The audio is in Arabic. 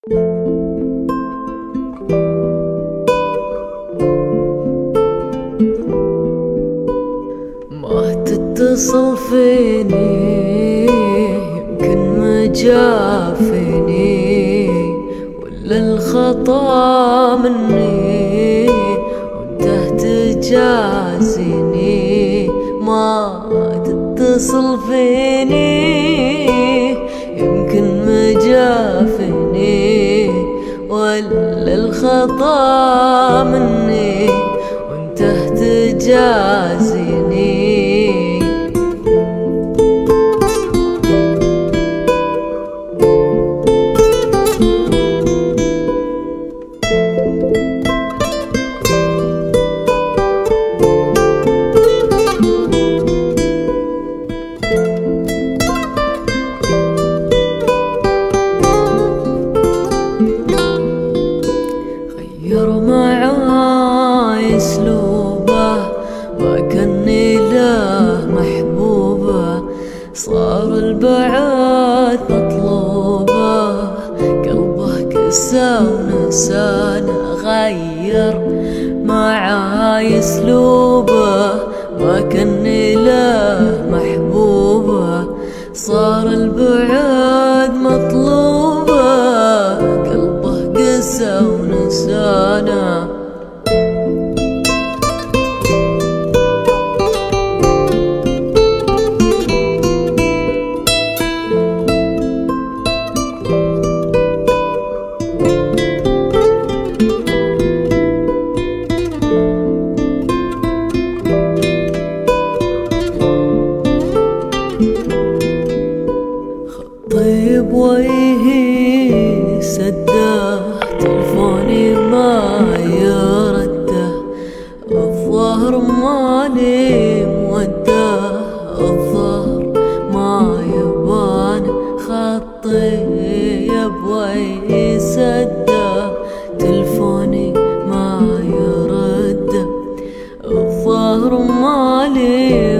ما تتصل فيني يمكن ما جافني ولا الخطا مني وانت تجازيني. ما تتصل فيني يمكن ما جافني ولا الخطا مني وانت تجازيني. غير معاي اسلوبه ما كني له محبوبه، صار البعاد مطلوبه قلبه كسى ونسانه. غير معاي اسلوبه ما كني له محبوبه، صار البعاد مطلوبه قلبه قسى ونسانه. طيب وجهي سده تلفوني ما يرده، الظهر مالي موده الظهر ما يبان. خطي بوجهي سده تلفوني ما يرده، الظهر مالي